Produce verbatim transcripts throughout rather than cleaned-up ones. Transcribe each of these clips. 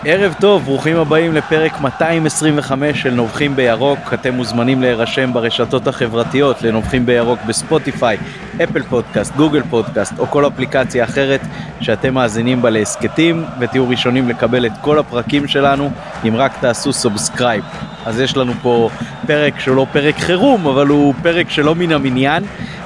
ערב טוב, ברוכים הבאים לפרק מאתיים עשרים וחמש של נובחים בירוק. אתם מוזמנים להירשם ברשתות החברתיות לנובחים בירוק בספוטיפיי, אפל פודקאסט, גוגל פודקאסט או כל אפליקציה אחרת שאתם מאזינים בה להסקטים, ותהיו ראשונים לקבל את כל הפרקים שלנו אם רק תעשו סובסקרייב. אז יש לנו פה פרק שהוא לא פרק חירום, אבל הוא פרק שלא מן המניין.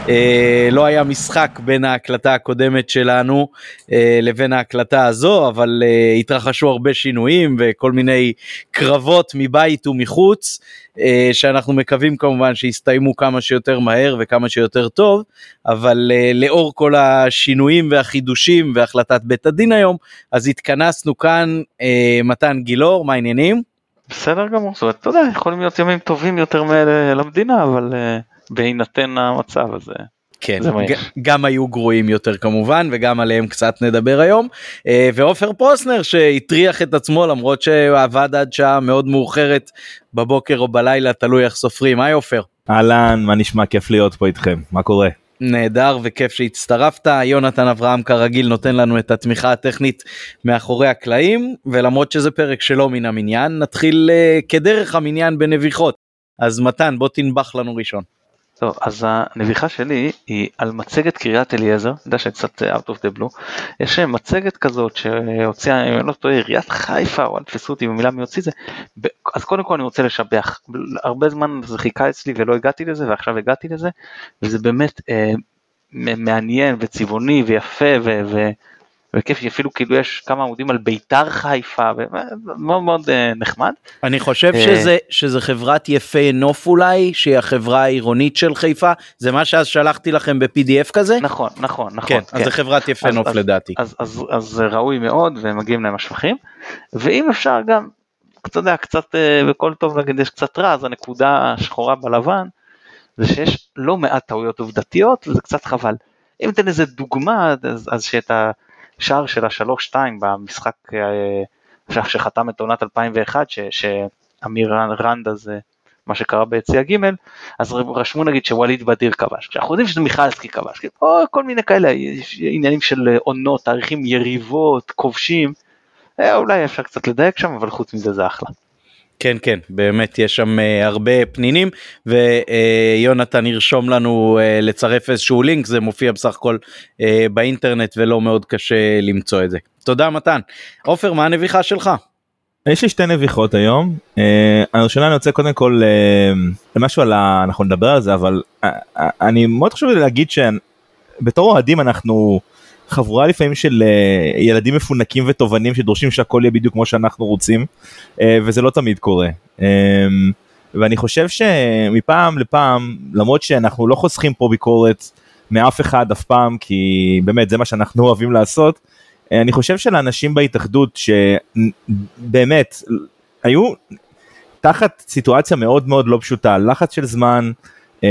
אה, לא היה משחק בין ההקלטה הקודמת שלנו אה, לבין ההקלטה הזו, אבל אה, התרחשו הרבה שינויים וכל מיני קרבות מבית ומחוץ, אה, שאנחנו מקווים כמובן שיסתיימו כמה שיותר מהר וכמה שיותר טוב, אבל אה, לאור כל השינויים והחידושים והחלטת בית הדין היום, אז התכנסנו כאן. אה, מתן גילור, מה העניינים? בסדר גמור, זאת אומרת, אתה יודע, יכולים להיות ימים טובים יותר למדינה, אבל uh, בהינתן המצב הזה. כן, ג- גם היו גרועים יותר כמובן, וגם עליהם קצת נדבר היום. Uh, ואופר פרוסנר שהטריח את עצמו, למרות שעבד עד שעה מאוד מאוחרת בבוקר או בלילה, תלוי איך סופרים. היי אופר. אהלן, מה נשמע? כיף להיות פה איתכם, מה קורה? נהדר וכיף שהצטרפת. יונתן אברהם כרגיל נותן לנו את התמיכה הטכנית מאחורי הקלעים, ולמרות שזה פרק שלא מן המניין, נתחיל uh, כדרך המניין בנביחות. אז מתן, בוא תנבח לנו ראשון. טוב, אז הנביחה שלי היא על מצגת קריית אליעזר, אני יודע שקצת out of the blue, יש מצגת כזאת שהוציאה, אם אני לא טועה, עיריית חיפה, או אל תפסו אותי במילה מי הוציא זה, אז קודם כל אני רוצה לשבח, הרבה זמן זה חיכה אצלי ולא הגעתי לזה, ועכשיו הגעתי לזה, וזה באמת אה, מעניין וצבעוני ויפה ו... ו וכיף שאפילו כאילו יש כמה עמודים על ביתר חיפה, ומאוד מאוד נחמד. אני חושב שזה, שזה חברת יפה נוף אולי, שהיא החברה העירונית של חיפה, זה מה שאז שלחתי לכם ב-פי די אף כזה? נכון, נכון, נכון. כן, אז זה חברת יפה נוף לדעתי. אז, אז, אז ראוי מאוד, ומגיעים להם השבחים, ואם אפשר גם, אתה יודע, קצת, בכל טוב להגיד, יש קצת רע, אז הנקודה השחורה בלבן, זה שיש לא מעט טעויות עובדתיות, וזה קצת חבל. אם אתן איזה דוגמה, אז, אז שאת ה... שער של השלוש שתיים במשחק שחתם את עונת אלפיים ואחת, שאמיר רנד הזה, מה שקרה ביציע ג', אז רשמו נגיד שווליד בדיר כבש, כשאנחנו יודעים שזה מיכלסקי כבש, או כל מיני כאלה, עניינים של עונות, תאריכים, יריבות, כובשים, אולי אפשר קצת לדייק שם, אבל חוץ מזה זה אחלה. כן, כן, באמת יש שם uh, הרבה פנינים, ויונתן uh, ירשום לנו uh, לצרף איזשהו לינק, זה מופיע בסך הכל uh, באינטרנט, ולא מאוד קשה למצוא את זה. תודה מתן. אופר, מה הנביחה שלך? יש לי שתי נביחות היום. uh, הראשונה אני רוצה קודם כל, uh, משהו על ה... אנחנו נדבר על זה, אבל uh, uh, אני מאוד חשוב להגיד שבתור אוהדים אנחנו... חבורה לפעמים של uh, ילדים מפונקים וטובנים שדורשים שהכל יהיה בדיוק כמו שאנחנו רוצים, uh, וזה לא תמיד קורה. Um, ואני חושב שמפעם לפעם, למרות שאנחנו לא חוסכים פה ביקורת מאף אחד אף פעם, כי באמת זה מה שאנחנו אוהבים לעשות, uh, אני חושב שלאנשים בהתאחדות שבאמת היו תחת סיטואציה מאוד מאוד לא פשוטה, לחץ של זמן, uh,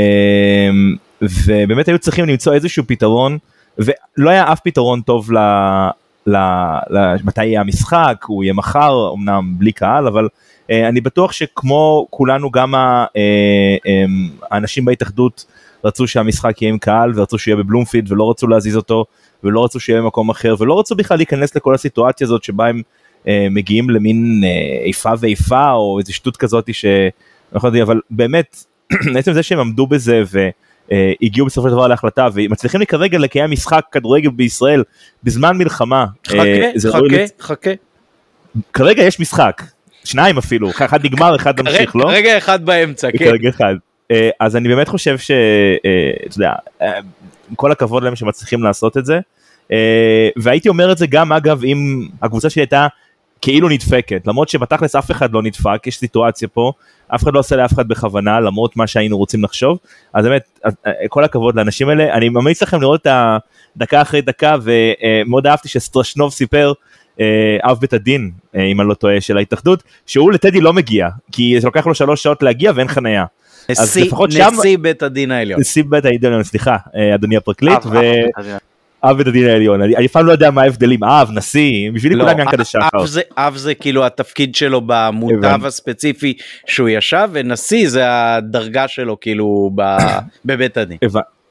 ובאמת היו צריכים למצוא איזשהו פתרון, ולא היה אף פתרון טוב ל, ל, ל, מתי יהיה המשחק, הוא יהיה מחר, אמנם בלי קהל, אבל אה, אני בטוח שכמו כולנו, גם ה, אה, אה, האנשים בהתאחדות רצו שהמשחק יהיה עם קהל, ורצו שיהיה בבלומפילד, ולא רצו להזיז אותו, ולא רצו שיהיה במקום אחר, ולא רצו בכלל להיכנס לכל הסיטואציה הזאת, שבה הם אה, מגיעים למין אה, איפה ואיפה, או איזו שטות כזאת, ש... אבל באמת, בעצם זה שהם עמדו בזה, ו... הגיעו בסופו של דבר להחלטה, ומצליחים לי כרגע לקיים משחק כדורגל בישראל, בזמן מלחמה. חכה, חכה, חכה. כרגע יש משחק, שניים אפילו, אחד נגמר, אחד נמשיך, לא? כרגע אחד באמצע, כן. כרגע אחד. אז אני באמת חושב ש... אתה יודע, עם כל הכבוד להם שמצליחים לעשות את זה, והייתי אומר את זה גם, אגב, אם הקבוצה שלי הייתה כאילו נדפקת, למרות שבתכלס אף אחד לא נדפק, יש סיטואציה פה, אף אחד לא עושה לאף אחד בכוונה, למרות מה שהיינו רוצים לחשוב, אז באמת, כל הכבוד לאנשים האלה, אני ממליץ לכם לראות את הדקה אחרי דקה, ומאוד אהבתי שסטרשנוב סיפר, אב בית הדין, אם אני לא טועה, של ההתאחדות, שהוא לטדי לא מגיע, כי זה לוקח לו שלוש שעות להגיע ואין חניה. נשיא בית הדין העליון. נשיא בית הדין העליון, סליחה, אדוני הפרקליט, אב בית הדין העליון, אני פעם לא יודע מה ההבדלים, אב, נשיא, בשבילי כולם ינקה לשחר. אב זה כאילו התפקיד שלו במוטב הספציפי שהוא ישב, ונשיא זה הדרגה שלו כאילו בבית הדין.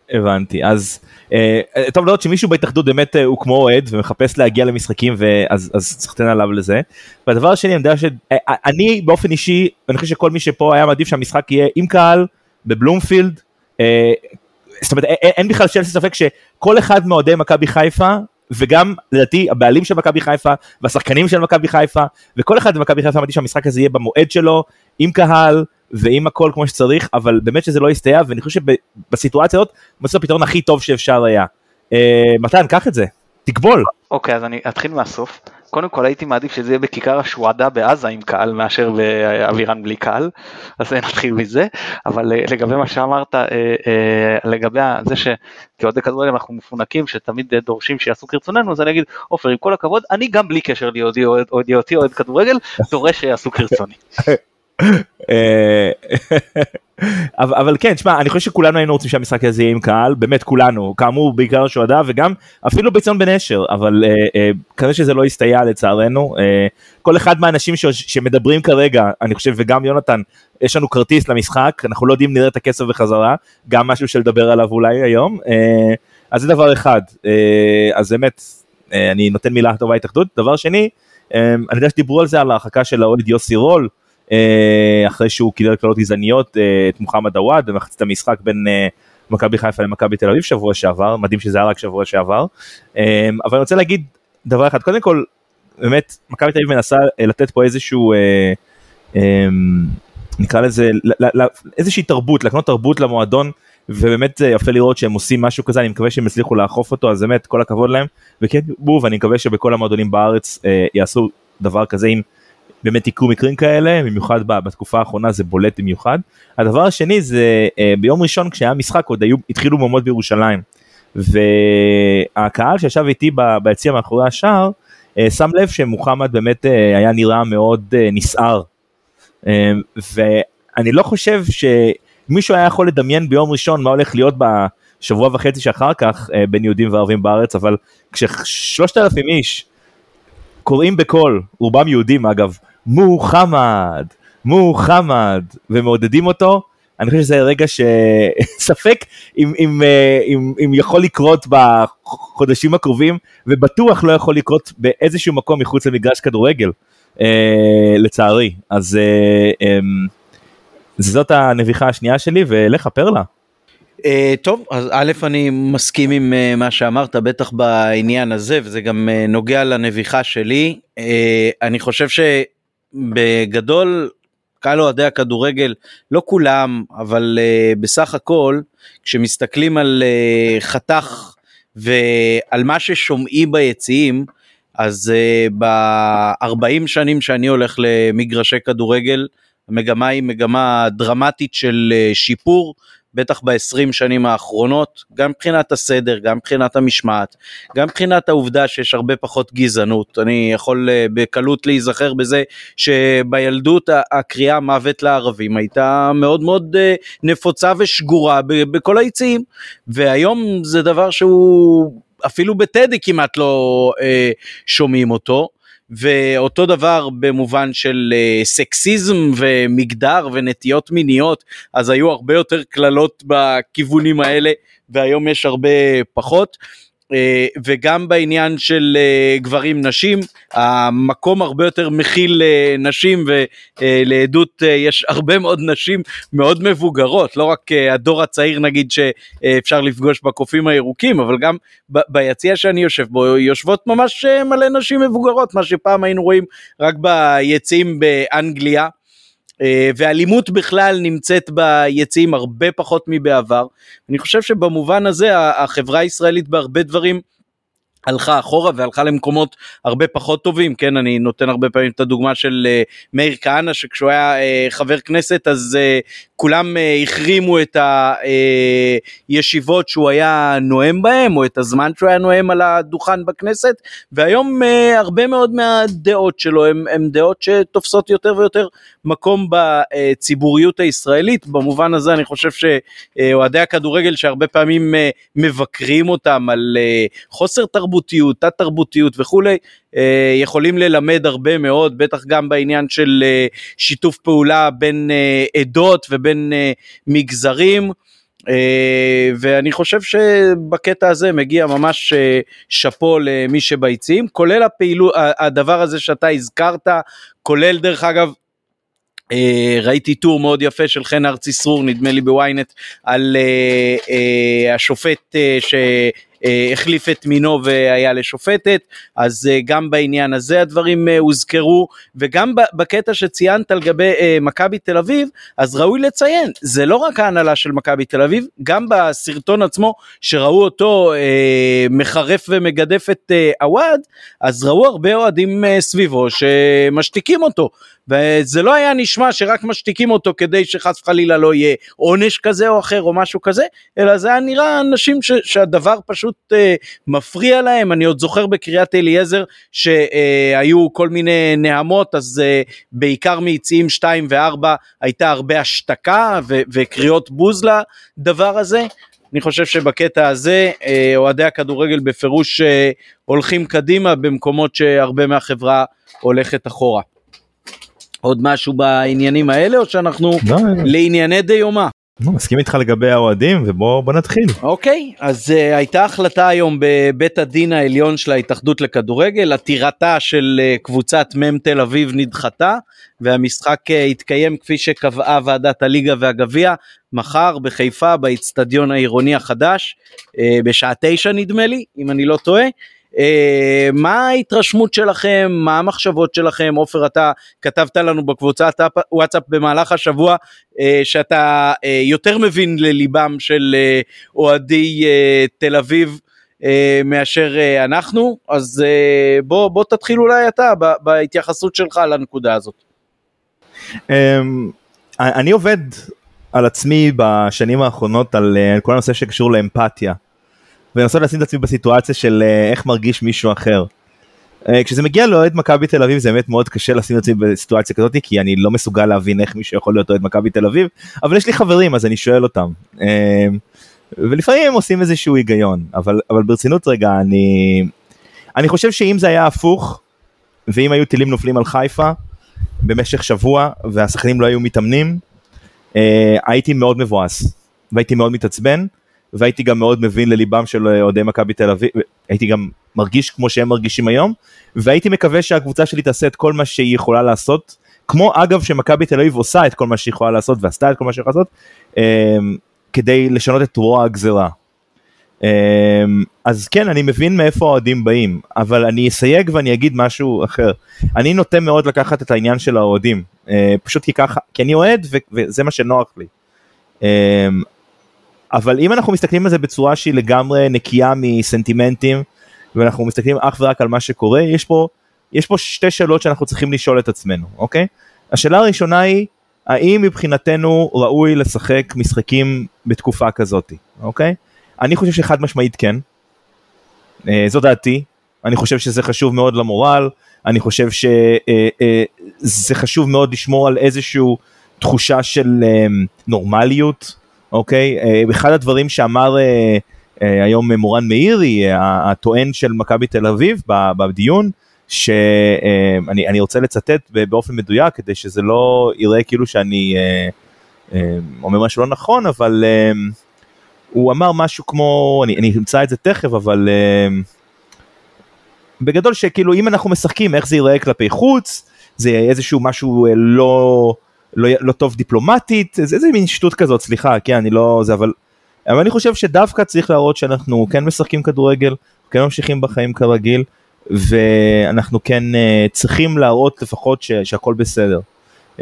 הבנתי, אז טוב לדעת שמישהו בהתאחדות באמת הוא כמו אוהד ומחפש להגיע למשחקים, ואז צריך לתת עליו לזה. והדבר השני, אני יודע שאני באופן אישי, אני חושב שכל מי שפה היה מעדיף שהמשחק יהיה עם קהל, בבלומפילד, זאת אומרת אין בכלל שאלה ספק שכל אחד מאוהדי מכבי חיפה, וגם לדעתי הבעלים של מכבי חיפה, והשחקנים של מכבי חיפה, וכל אחד במכבי חיפה מעדיף שהמשחק הזה יהיה במועד שלו, עם קהל, ועם הכל כמו שצריך, אבל באמת שזה לא יסתייע, ואני חושב שבסיטואציה הזאת, מצא הפתרון הכי טוב שאפשר היה. מתן, קח את זה, תקבול. אוקיי, אז אני אתחיל מהסוף. קודם כל הייתי מעדיף שזה יהיה בכיכר השועדה בעזה עם קהל, מאשר באווירן בלי קהל, אז נתחיל מזה. אבל לגבי מה שאמרת, לגבי זה שכאוהדי כדורגל אנחנו מפונקים, שתמיד דורשים שיעשו כרצוננו, אז אני אגיד, עופר, עם כל הכבוד, אני גם בלי קשר להיותי אוהד כדורגל, דורש שיעשו כרצוני. אבל כן, תשמע, אני חושב שכולנו היינו רוצים שהמשחק הזה יהיה עם קהל, באמת כולנו, כאמור בעיקר שועדה וגם אפילו ביציון בנשר, אבל כנראה שזה לא יסתייע לצערנו. כל אחד מהאנשים שמדברים כרגע, אני חושב, וגם יונתן, יש לנו כרטיס למשחק, אנחנו לא יודעים נראה את הכסף בחזרה, גם משהו שלדבר עליו אולי היום, אז זה דבר אחד. אז באמת, אני נותן מילה טובה התאחדות. דבר שני, אני יודע שדיברו על זה, על ההרחקה של האוהד יוסי רול, אחרי שהוא קילל קללות גזעניות את מוחמד עוואד במחצית המשחק בין מכבי חיפה למכבי תל אביב שבוע שעבר, מדהים שזה היה רק שבוע שעבר. אבל אני רוצה להגיד דבר אחד, קודם כל באמת מכבי תל אביב מנסה לתת פה איזשהו נקרא לזה איזושהי תרבות, לקנות תרבות למועדון, ובאמת זה יפה לראות שהם עושים משהו כזה, אני מקווה שהם הצליחו לאכוף אותו, אז באמת כל הכבוד להם, וכן בוב, אני מקווה שבכל המועדונים בארץ יעשו דבר כזה, אם באמת יקרו מקרים כאלה, במיוחד בתקופה האחרונה זה בולט במיוחד. הדבר השני זה ביום ראשון כשהיה משחק, עוד היו, התחילו מהומות בירושלים, והקהל שישב איתי ביציע מאחורי השער, שם לב שמוחמד באמת היה נראה מאוד נסער, ואני לא חושב שמישהו היה יכול לדמיין ביום ראשון מה הולך להיות בשבוע וחצי שאחר כך בין יהודים וערבים בארץ, אבל כששלושת אלפים איש קוראים בקול, רובם יהודים אגב, מוחמד, מוחמד, ומעודדים אותו, אני חושב שזה רגע שספק אם, אם, אם, אם יכול לקרות בחודשים הקרובים, ובטוח לא יכול לקרות באיזשהו מקום מחוץ למגרש כדורגל, אה, לצערי. אז אה, אה, זאת הנביחה השנייה שלי, ולך פרלה. Uh, טוב, אז א' אני מסכים עם uh, מה שאמרת, בטח בעניין הזה, וזה גם uh, נוגע לנביחה שלי. uh, אני חושב שבגדול, קהל אוהדי הכדורגל, לא כולם, אבל uh, בסך הכל, כשמסתכלים על uh, חתך ועל מה ששומעים ביציעים, אז uh, ב-ארבעים שנים שאני הולך למגרשי כדורגל, המגמה היא מגמה דרמטית של uh, שיפור, בטח ב-עשרים שנים האחרונות, גם מבחינת הסדר, גם מבחינת המשמעת, גם מבחינת העובדה שיש הרבה פחות גזענות. אני יכול בקלות להיזכר בזה שבילדות הקריאה מוות לערבים הייתה מאוד מאוד נפוצה ושגורה בכל היציעים, והיום זה דבר שהוא אפילו בטדי כמעט לא שומעים אותו, ואותו דבר במובן של סקסיזם ומגדר ונטיות מיניות, אז היו הרבה יותר כללות בכיוונים האלה, והיום יש הרבה פחות. וגם בעניין של גברים נשים, המקום הרבה יותר מכיל נשים, ולעדות יש הרבה מאוד נשים מאוד מבוגרות, לא רק הדור הצעיר נגיד שאפשר לפגוש בקופים הירוקים, אבל גם ביציע שאני יושב בו, יושבות ממש מלא נשים מבוגרות, מה שפעם היינו רואים רק ביציעים באנגליה, ואלימות בכלל נמצאת ביציעים הרבה פחות מבעבר. אני חושב שבמובן הזה החברה הישראלית בהרבה דברים הלכה אחורה והלכה למקומות הרבה פחות טובים. כן, אני נותן הרבה פעמים את הדוגמה של מאיר כהנא, שכשהוא היה חבר כנסת אז כולם החרימו את הישיבות שהוא היה נואם בהם, או את הזמן שהוא היה נואם על הדוכן בכנסת, והיום הרבה מאוד מהדעות שלו הם, הם דעות שתופסות יותר ויותר מקום בציבוריות הישראלית. במובן הזה אני חושב שאוהדי הכדורגל שהרבה פעמים מבקרים אותם על חוסר תרבותיות, תת תרבותיות וכולי, יכולים ללמד הרבה מאוד, בטח גם בעניין של שיתוף פעולה בין עדות ובין מגזרים, ואני חושב שבקטע הזה מגיע ממש שפו למי שביציעים, כולל הפעילו, הדבר הזה שאתה הזכרת, כולל דרך אגב, ראיתי טור מאוד יפה של חן ארצי סרור, נדמה לי בוויינט, על השופט ש... החליף את מינו והיה לשופטת, אז גם בעניין הזה הדברים הוזכרו, וגם בקטע שציינת על גבי מכבי תל אביב, אז ראוי לציין, זה לא רק ההנהלה של מכבי תל אביב, גם בסרטון עצמו שראו אותו מחרף ומגדף את עווד, אז ראו הרבה אוהדים סביבו שמשתיקים אותו, וזה לא היה נשמע שרק משתיקים אותו כדי שחס וחלילה לא יהיה עונש כזה או אחר או משהו כזה, אלא זה היה נראה אנשים ש- שהדבר פשוט uh, מפריע להם. אני עוד זוכר בקריית אליעזר שהיו uh, כל מיני נעמות, אז uh, בעיקר מיציעים שתיים וארבע הייתה הרבה השתקה ו- וקריאות בוז לדבר הזה. אני חושב שבקטע הזה uh, אוהדי הכדורגל בפירוש uh, הולכים קדימה במקומות שהרבה מהחברה הולכת אחורה. עוד משהו בעניינים האלה, או שאנחנו לא, לענייני דיומה? לא, מסכים איתך לגבי האוהדים, ובוא נתחיל. אוקיי, אז uh, הייתה החלטה היום בבית הדין העליון של ההתאחדות לכדורגל, עתירתה של uh, קבוצת מם תל אביב נדחתה, והמשחק uh, התקיים כפי שקבעה ועדת הליגה והגביע, מחר בחיפה, באצטדיון העירוני החדש, uh, בשעה תשע נדמה לי, אם אני לא טועה. Uh, מה ההתרשמות שלכם, מה המחשבות שלכם? עופר, אתה כתבת לנו בקבוצת וואטסאפ במהלך השבוע uh, שאתה uh, יותר מבין לליבם של uh, אוהדי uh, תל אביב uh, מאשר uh, אנחנו, אז uh, בוא, בוא תתחיל אולי אתה בהתייחסות שלך לנקודה הזאת. Um, אני עובד על עצמי בשנים האחרונות על uh, כל הנושא שקשור לאמפתיה, ולנסות לשים את עצמי בסיטואציה של איך מרגיש מישהו אחר. כשזה מגיע לאוהד מכבי תל אביב, זה באמת מאוד קשה לשים את עצמי בסיטואציה כזאת, כי אני לא מסוגל להבין איך מישהו יכול להיות אוהד מכבי תל אביב, אבל יש לי חברים, אז אני שואל אותם. ולפעמים הם עושים איזשהו היגיון, אבל, אבל ברצינות רגע, אני, אני חושב שאם זה היה הפוך, ואם היו טילים נופלים על חיפה, במשך שבוע, והשחקנים לא היו מתאמנים, הייתי מאוד מבואס, והייתי מאוד מתעצבן, והייתי גם מאוד מבין לליבם של אוהדי מכבי תל אביב, הייתי גם מרגיש כמו שהם מרגישים היום, והייתי מקווה שהקבוצה שלי תעשה את כל מה שהיא יכולה לעשות, כמו אגב שמכבי תל אביב עושה את כל מה שהיא יכולה לעשות, ועשתה את כל מה שהיא יכולה לעשות, כדי לשנות את רוע הגזרה. אז כן, אני מבין מאיפה האוהדים באים, אבל אני אסייג ואני אגיד משהו אחר. אני נוטה מאוד לקחת את העניין של האוהדים, פשוט כי ככה, כי אני אוהד וזה מה שנוח לי. אבל אם אנחנו מסתכלים על זה בצורה שהיא לגמרי נקייה מסנטימנטים, ואנחנו מסתכלים אך ורק על מה שקורה, יש פה, יש פה שתי שאלות שאנחנו צריכים לשאול את עצמנו, אוקיי? השאלה הראשונה היא, האם מבחינתנו ראוי לשחק משחקים בתקופה כזאת, אוקיי? אני חושב שחד משמעית כן, זו דעתי, אני חושב שזה חשוב מאוד למורל, אני חושב שזה חשוב מאוד לשמור על איזשהו תחושה של נורמליות, אוקיי, אחד הדברים שאמר היום מורן מאירי, הטוען של מכבי תל אביב בדיון, שאני אני רוצה לצטט באופן מדויק, כדי שזה לא יראה כאילו שאני אומר משהו לא נכון, אבל הוא אמר משהו כמו, אני, אני אמצא את זה תכף, אבל בגדול שכאילו אם אנחנו משחקים, איך זה ייראה כלפי חוץ, זה איזשהו משהו לא... לא, לא טוב דיפלומטית, זה איזה מין שטות כזאת, סליחה, כן, אני לא, זה, אבל, אבל אני חושב שדווקא צריך להראות שאנחנו כן משחקים כדורגל, כן ממשיכים בחיים כרגיל, ואנחנו כן uh, צריכים להראות לפחות ש, שהכל בסדר. Um,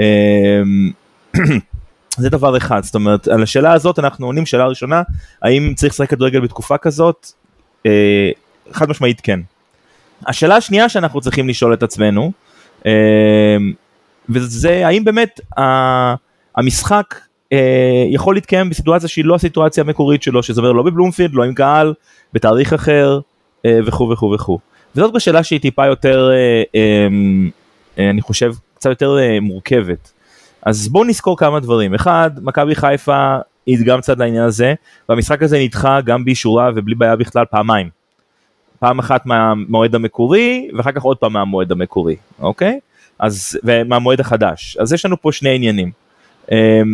זה דבר אחד, זאת אומרת, על השאלה הזאת אנחנו עונים, שאלה ראשונה, האם צריך לשחק כדורגל בתקופה כזאת? Uh, חד משמעית כן. השאלה השנייה שאנחנו צריכים לשאול את עצמנו, uh, וזה האם באמת המשחק יכול להתקיים בסיטואציה שהיא לא הסיטואציה המקורית שלו, שזה אומר לא בבלומפילד, לא עם קהל, בתאריך אחר וכו' וכו' וכו'. וזאת בשאלה שהיא טיפה יותר, אני חושב, קצת יותר מורכבת. אז בואו נזכור כמה דברים. אחד, מכבי חיפה היא גם צד לעניין הזה, והמשחק הזה נדחה גם באישורה ובלי בעיה בכלל פעמיים. פעם אחת מהמועד המקורי, ואחר כך עוד פעם מהמועד המקורי, אוקיי? אז, ומהמועד החדש. אז יש לנו פה שני עניינים.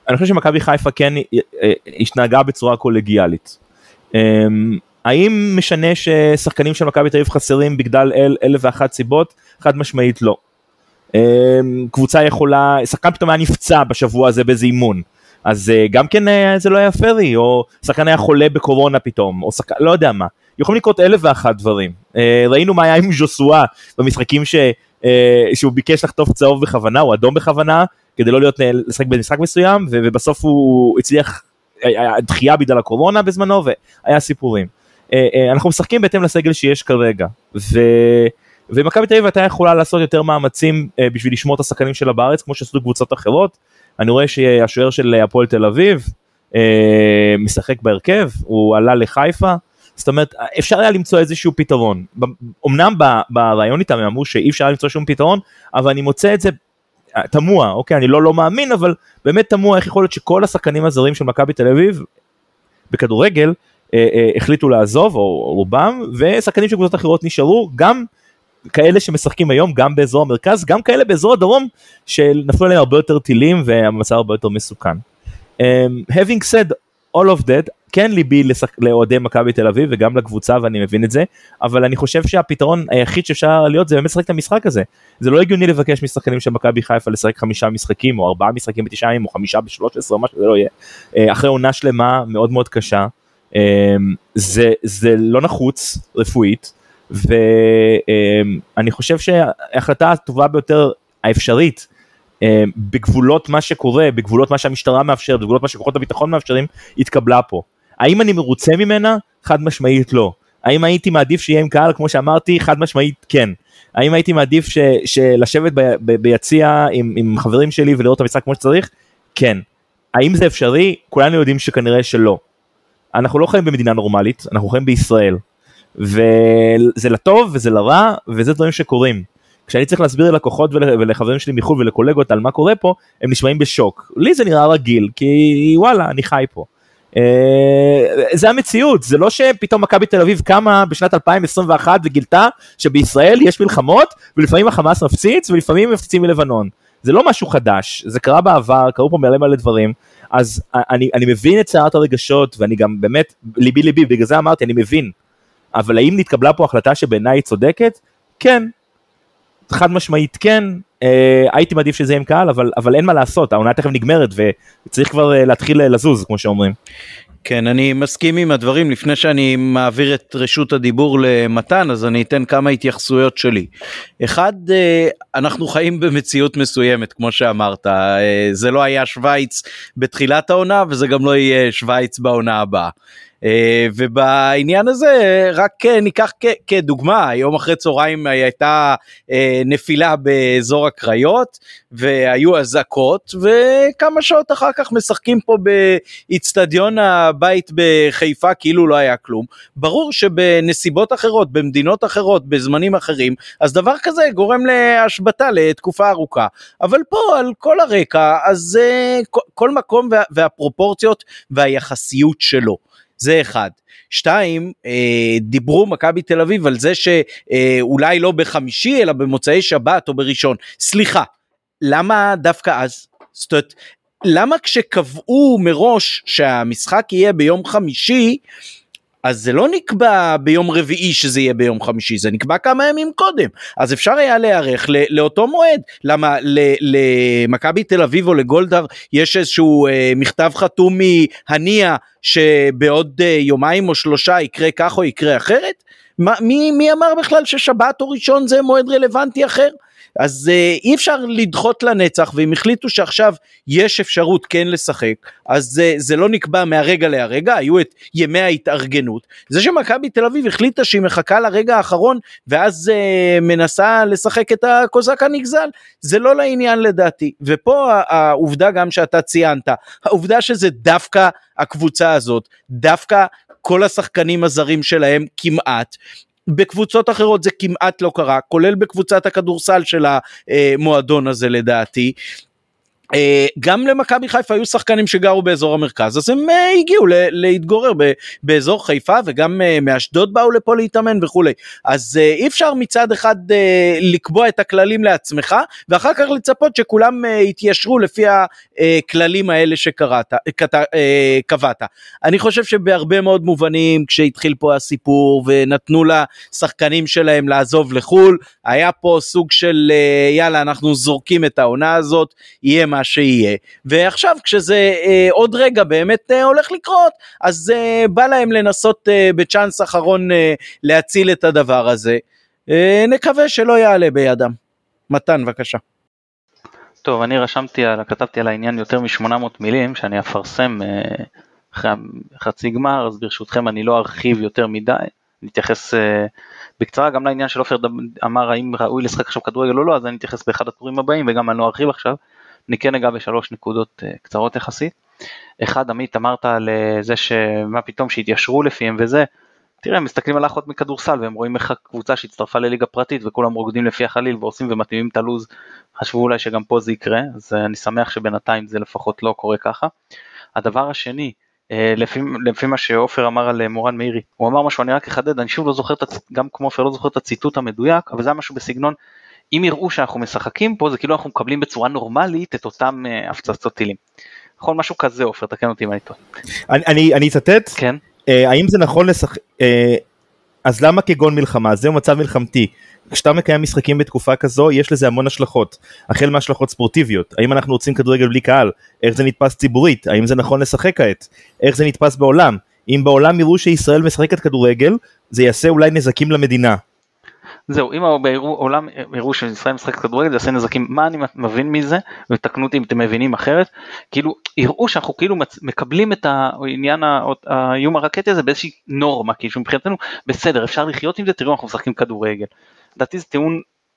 אני חושב שמכבי חיפה כן השתנהגה בצורה קולגיאלית. האם משנה ששחקנים של מכבי תל אביב חסרים בגלל אלף ואחת סיבות? חד משמעית לא. קבוצה יכולה, שחקן פתאום היה נפצע בשבוע הזה באיזה אימון, אז גם כן זה לא היה פרי, או שחקן היה חולה בקורונה פתאום, או שחקן, לא יודע מה. יכולים לקרות אלף ואחת דברים. ראינו מה היה עם ז'וסואה במשחקים ש, שהוא ביקש לחטוף צהוב בכוונה, או אדום בכוונה, כדי לא להיות לשחק במשחק מסוים, ובסוף הוא הצליח, דחייה בגלל הקורונה בזמנו, והיה סיפורים. אנחנו משחקים בהתאם לסגל שיש כרגע, ו... ומכבי תל אביב הייתה יכולה לעשות יותר מאמצים בשביל לשמור את השחקנים שלה בארץ, כמו שעשו קבוצות אחרות. אני רואה שהשוער של הפועל תל אביב משחק בהרכב, הוא עלה לחיפה, זאת אומרת, אפשר היה למצוא איזשהו פתרון. אמנם ברעיון איתם הם אמרו שאי אפשר למצוא שום פתרון, אבל אני מוצא את זה תמוה, אוקיי, אני לא לא מאמין, אבל באמת תמוה איך יכול להיות שכל השחקנים הזרים של מכבי תל אביב, בכדורגל, החליטו לעזוב, או רובם, ושחקנים של קבוצות אחרות נשארו, גם כאלה שמשחקים היום, גם באזור המרכז, גם כאלה באזור הדרום, שנפלו עליהם הרבה יותר טילים, והמצב הרבה יותר מסוכן. Um, having said all of that, כן ליבי לאוהדי מכבי תל אביב, וגם לקבוצה, ואני מבין את זה, אבל אני חושב שהפתרון היחיד שאפשר להיות, זה באמת לשחק את המשחק הזה. זה לא הגיוני לבקש משחקנים של מכבי חיפה, לשחק חמישה משחקים, או ארבעה משחקים בתשעה ימים, או חמישה בשלוש עשרה, או מה שזה לא יהיה. Uh, אחרי עונה שלמה, מאוד מאוד קשה, um, זה, זה לא נחוץ, רפואית, ואני חושב שההחלטה הטובה ביותר האפשרית, בגבולות מה שקורה, בגבולות מה שהמשטרה מאפשרת, בגבולות מה שכוחות הביטחון מאפשרים, התקבלה פה. האם אני מרוצה ממנה? חד משמעית לא. האם הייתי מעדיף שיהיה עם קהל, כמו שאמרתי, חד משמעית כן. האם הייתי מעדיף ש, שלשבת ב, ב, ביציע עם, עם חברים שלי ולראות את המשחק כמו שצריך? כן. האם זה אפשרי? כולנו יודעים שכנראה שלא. אנחנו לא חיים במדינה נורמלית, אנחנו חיים בישראל. וזה לטוב וזה לרע, וזה דברים שקורים. כשאני צריך להסביר ללקוחות ולחברים שלי מחו"ל ולקולגות על מה קורה פה, הם נשמעים בשוק. לי זה נראה רגיל, כי וואלה, אני חי פה. זה המציאות, זה לא שפתאום מכבי תל אביב קמה בשנת אלפיים עשרים ואחת וגילתה שבישראל יש מלחמות, ולפעמים החמאס מפציץ, ולפעמים מפציצים מלבנון. זה לא משהו חדש, זה קרה בעבר, קרו פה מלא מלא דברים, אז אני, אני מבין את סערת הרגשות, ואני גם באמת, ליבי ליבי, בגלל זה אמרתי, אני מבין. אבל האם נתקבלה פה החלטה שבעיניי היא צודקת? כן. חד משמעית כן. אה, הייתי מעדיף שזה עם קהל, אבל, אבל אין מה לעשות, העונה תכף נגמרת, וצריך כבר אה, להתחיל לזוז, כמו שאומרים. כן, אני מסכים עם הדברים. לפני שאני מעביר את רשות הדיבור למתן, אז אני אתן כמה התייחסויות שלי. אחד, אנחנו חיים במציאות מסוימת, כמו שאמרת. זה לא היה שוויץ בתחילת העונה, וזה גם לא יהיה שוויץ בעונה הבאה. ובעניין הזה רק ניקח כדוגמה, היום אחרי צהריים הייתה נפילה באזור הקריות והיו אזעקות, וכמה שעות אחר כך משחקים פה באצטדיון הבית בחיפה כאילו לא היה כלום. ברור שבנסיבות אחרות, במדינות אחרות, בזמנים אחרים, אז דבר כזה גורם להשבתה לתקופה ארוכה, אבל פה על כל הרקע, אז כל מקום והפרופורציות והיחסיות שלו. זה אחד. שתיים, דיברו מכבי תל אביב על זה שאולי לא בחמישי, אלא במוצאי שבת או בראשון. סליחה, למה דווקא אז? זאת אומרת, למה כשקבעו מראש שהמשחק יהיה ביום חמישי, אז זה לא נקבע ביום רביעי שזה יהיה ביום חמישי, זה נקבע כמה ימים קודם, אז אפשר היה להיערך לאותו מועד. למה למכבי תל אביב או לגולדהר יש איזשהו מכתב חתום מהנייה, שבעוד יומיים או שלושה יקרה כך או יקרה אחרת? מי, מי אמר בכלל ששבת או ראשון זה מועד רלוונטי אחר? אז uh, אי אפשר לדחות לנצח, ואם החליטו שעכשיו יש אפשרות כן לשחק, אז uh, זה לא נקבע מהרגע להרגע, היו את ימי ההתארגנות. זה שמכבי תל אביב החליטה שהיא מחכה לרגע האחרון, ואז uh, מנסה לשחק את הקוזק הנגזל, זה לא לעניין לדעתי. ופה העובדה גם שאתה ציינת, העובדה שזה דווקא הקבוצה הזאת, דווקא כל השחקנים הזרים שלהם כמעט, בקבוצות אחרות זה כמעט לא קרה, כולל בקבוצת הכדורסל של המועדון הזה לדעתי. גם למכבי חיפה היו שחקנים שגרו באזור המרכז, אז הם הגיעו להתגורר באזור חיפה, וגם מאשדוד באו לפה להתאמן וכו'. אז אי אפשר מצד אחד לקבוע את הכללים לעצמך, ואחר כך לצפות שכולם יתיישרו לפי הכללים האלה שקבעת. אני חושב שבהרבה מאוד מובנים, כשהתחיל פה הסיפור, ונתנו לשחקנים שלהם לעזוב לחול, היה פה סוג של יאללה, אנחנו זורקים את העונה הזאת, יהיה מה שיהיה, ועכשיו כשזה אה, עוד רגע באמת אה, הולך לקרות, אז אה, בא להם לנסות אה, בצ'אנס אחרון אה, להציל את הדבר הזה, אה, נקווה שלא יעלה בידם. מתן, בבקשה. טוב, אני רשמתי, על, כתבתי על העניין יותר מ-שמונה מאות מילים, שאני אפרסם אה, אחרי חצי גמר, אז ברשותכם אני לא ארחיב יותר מדי, נתייחס אה, בקצרה גם לעניין של אופר אמר האם ראוי לשחק עכשיו כדורגל או לא, אז אני אתייחס באחד הטורים הבאים, וגם אני לא ארחיב עכשיו, אני כן אגע בשלוש נקודות uh, קצרות יחסית. אחד, עמית, אמרת על uh, זה שמה פתאום שהתיישרו לפיהם וזה, תראה, הם מסתכלים על האחות מכדורסל, והם רואים איך הקבוצה שהצטרפה לליגה פרטית, וכולם רוקדים לפי החליל, ועושים ומתאימים את הלוז, חשבו אולי שגם פה זה יקרה, אז uh, אני שמח שבינתיים זה לפחות לא קורה ככה. הדבר השני, uh, לפי, לפי מה שאופר אמר על uh, מורן מאירי, הוא אמר משהו, אני רק אחדד, אני שוב לא זוכר, גם כמו אופר לא זוכר את הציטוט המדויק, אבל זה היה משהו בסגנון, אם יראו שאנחנו משחקים פה, זה כאילו אנחנו מקבלים בצורה נורמלית את אותם uh, הפצצות טילים. נכון, משהו כזה, אופר, תקן אותי אם אני טועה. אני, אני, אני אצטט? כן. Uh, האם זה נכון לשחק... Uh, אז למה כגון מלחמה? זהו מצב מלחמתי. כשאתה מקיים משחקים בתקופה כזו, יש לזה המון השלכות. החל מהשלכות ספורטיביות. האם אנחנו רוצים כדורגל בלי קהל? איך זה נתפס ציבורית? האם זה נכון לשחק כעת? איך זה נתפס בעולם? אם בעולם יראו שישראל משחקת כדורגל, זה יעשה אולי נזקים למדינה. זהו, אם העולם יראו שישראל משחק כדורגל, זה יעשה נזקים. מה אני מבין מזה, ותקנו אותי אם אתם מבינים אחרת, כאילו, יראו שאנחנו כאילו מקבלים את העניין, האיום הרקטי הזה באיזושהי נורמה, כי מבחינתנו, בסדר, אפשר לחיות עם זה, תראו, אנחנו משחקים כדורגל. לדעתי זה טיעון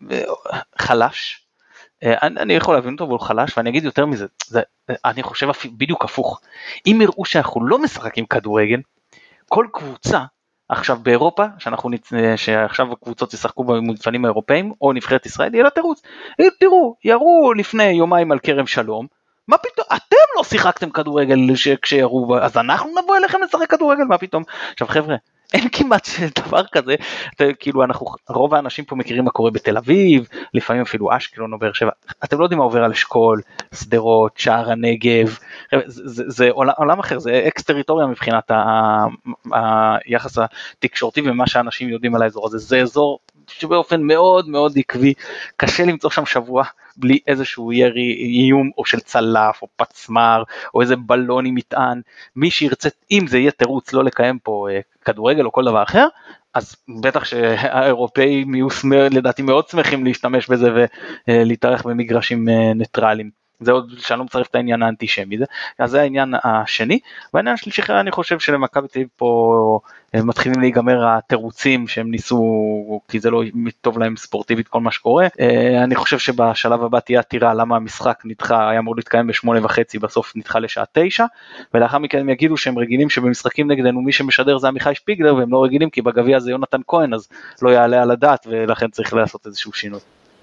חלש, אני, אני יכול להבין אותו, אבל הוא חלש, ואני אגיד יותר מזה, זה, אני חושב בדיוק הפוך. אם יראו שאנחנו לא משחקים כדורגל, כל קבוצה, עכשיו באירופה, שאנחנו, שעכשיו הקבוצות ישחקו במפעלים האירופאים, או נבחרת ישראל, יהיה לה תירוץ. תראו, יראו לפני יומיים על כרם שלום, מה פתאום, אתם לא שיחקתם כדורגל כשיראו, אז אנחנו נבוא אליכם לשחק כדורגל, מה פתאום? עכשיו חבר'ה, אין כמעט דבר כזה, כאילו אנחנו, רוב האנשים פה מכירים מה קורה בתל אביב, לפעמים אפילו אשקלון או באר שבע, אתם לא יודעים מה עובר על אשכול, סדרות, שער הנגב, זה, זה עולם אחר, זה אקס טריטוריה מבחינת היחס התקשורתי ומה שאנשים יודעים על האזור הזה, זה אזור שבאופן מאוד מאוד עקבי, קשה למצוא שם שבוע בלי איזשהו ירי איום או של צלף או פצמר או איזה בלון עם מטען, מי שירצה, אם זה יהיה תירוץ לא לקיים פה כדורגל או כל דבר אחר, אז בטח שהאירופאים יהיו לדעתי מאוד שמחים להשתמש בזה ולהתארך במגרשים ניטרליים. זה עוד שאני לא מצרף את העניין האנטישמי, אז זה העניין השני, והעניין השלישי אני חושב שלמכבי תל אביב פה מתחילים להיגמר התירוצים שהם ניסו, כי זה לא טוב להם ספורטיבית כל מה שקורה, אני חושב שבשלב הבא תהיה עתירה למה המשחק נדחה, היה אמור להתקיים בשמונה וחצי, בסוף נדחה לשעה תשע, ולאחר מכן הם יגידו שהם רגילים שבמשחקים נגדנו מי שמשדר זה עמיחי שפיגלר, והם לא רגילים כי בגביע זה יונתן כהן, אז לא יעלה על הדעת, ולכן צריך לעשות איזשהו שינוי.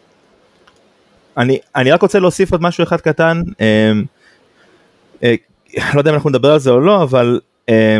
אני, אני רק רוצה להוסיף עוד משהו אחד קטן, אה, אה, לא יודע אם אנחנו נדבר על זה או לא, אבל אה,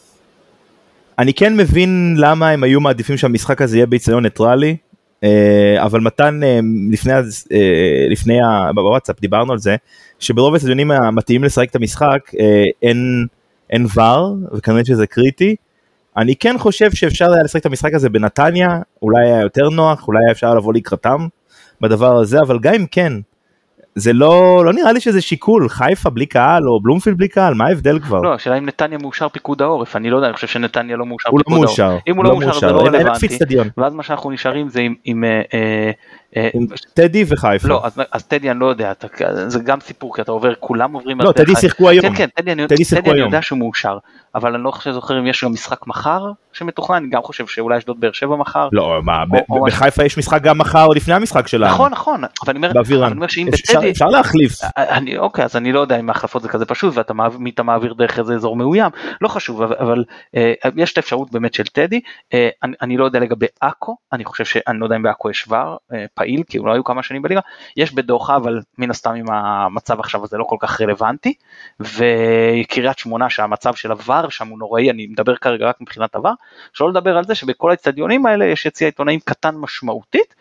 אני כן מבין למה הם היו מעדיפים שהמשחק הזה יהיה באיצטדיון ניטרלי, אה, אבל מתן, אה, לפני, אה, לפני ה, בוואטסאפ דיברנו על זה, שברוב האיצטדיונים המתאימים לשחק את המשחק, אה, אין, אין ור, וכנראה שזה קריטי, אני כן חושב שאפשר היה לשחק את המשחק הזה בנתניה, אולי היה יותר נוח, אולי היה אפשר לבוא לקראתם, בדבר הזה, אבל גם אם כן, זה לא, לא נראה לי שזה שיקול, חיפה בלי קהל, או בלומפילד בלי קהל, מה ההבדל כבר? לא, השאלה אם נתניה מאושר פיקוד העורף, אני לא יודע, אני חושב שנתניה לא מאושר פיקוד העורף. הוא לא מאושר. אם הוא לא מאושר, זה לא רלוונטי, ואז מה שאנחנו נשארים זה עם... עם עם טדי וחיפה. לא, אז, אז טדי אני לא יודע, אתה, זה גם סיפור, כי אתה עובר, כולם עוברים... לא, טדי שיחקו היום. כן, כן, טדי אני, טדי טדי אני יודע שהוא מאושר, אבל אני לא חושב זוכר אם יש גם משחק מחר שמתוכנן, אני גם חושב שאולי יש דוד באר שבע מחר. לא, מה, בחיפה יש משחק גם מחר או לפני המשחק שלנו. נכון, נכון, אבל אני אומר שאם בטדי... אפשר להחליף. אני, אוקיי, אז אני לא יודע אם ההחלפות זה כזה פשוט, ואתה מעביר דרך איזה אזור מאוים, לא חשוב, אבל יש את האפשרות באמת של טדי, אני לא יודע לגבי אקו, אני חושב שאני לא יודע אם באקו יש ור, פעיל, כי הוא לא היו כמה שנים בליגה, יש בדוחה, אבל מן הסתם עם המצב עכשיו הזה לא כל כך רלוונטי, וקריית שמונה שהמצב של עבר שם הוא נוראי, אני מדבר כרגע רק מבחינת עבר, שלא לדבר על זה שבכל האצטדיונים האלה יש יציע עיתונאים קטן משמעותית,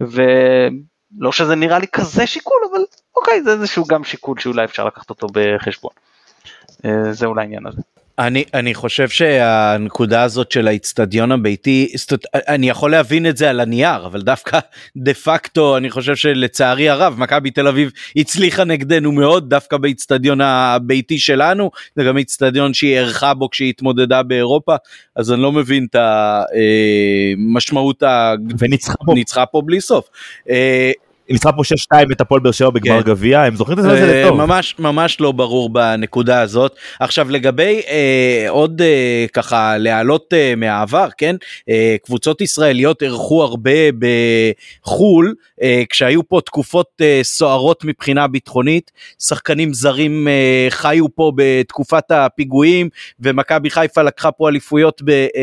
ולא שזה נראה לי כזה שיקול, אבל אוקיי, זה איזשהו גם שיקול שאולי אפשר לקחת אותו בחשבון. זה אולי העניין הזה. אני, אני חושב שהנקודה הזאת של האצטדיון הביתי, אני יכול להבין את זה על הנייר, אבל דווקא דה פקטו, אני חושב שלצערי הרב, מכבי תל אביב הצליחה נגדנו מאוד, דווקא באצטדיון הביתי שלנו, זה גם אצטדיון שהיא ערכה בו כשהיא התמודדה באירופה, אז אני לא מבין את המשמעות, וניצחה פה בלי סוף. ניצחה פה שש שתיים את הפועל באר שבע בגמר גביע, הם זוכרים את זה לטוב. ממש, ממש לא ברור בנקודה הזאת. עכשיו לגבי אה, עוד אה, ככה להעלות אה, מהעבר, כן? אה, קבוצות ישראליות ערכו הרבה בחול, אה, כשהיו פה תקופות אה, סוערות מבחינה ביטחונית, שחקנים זרים אה, חיו פה בתקופת הפיגועים, ומכבי חיפה לקחה פה אליפויות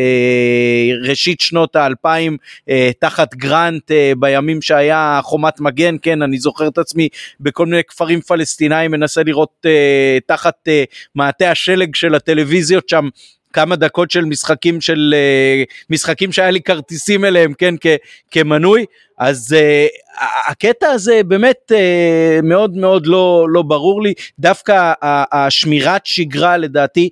בראשית אה, שנות האלפיים, אה, תחת גרנט אה, בימים שהיה חומת מגן, מגן, כן, אני זוכר את עצמי בכל מיני כפרים פלסטינאים, מנסה לראות uh, תחת uh, מעטה השלג של הטלוויזיות שם, כמה דקות של משחקים של, uh, משחקים שהיה לי כרטיסים אליהם, כן, כ- כמנוי, אז uh, הקטע הזה באמת uh, מאוד מאוד לא, לא ברור לי, דווקא השמירת שגרה לדעתי,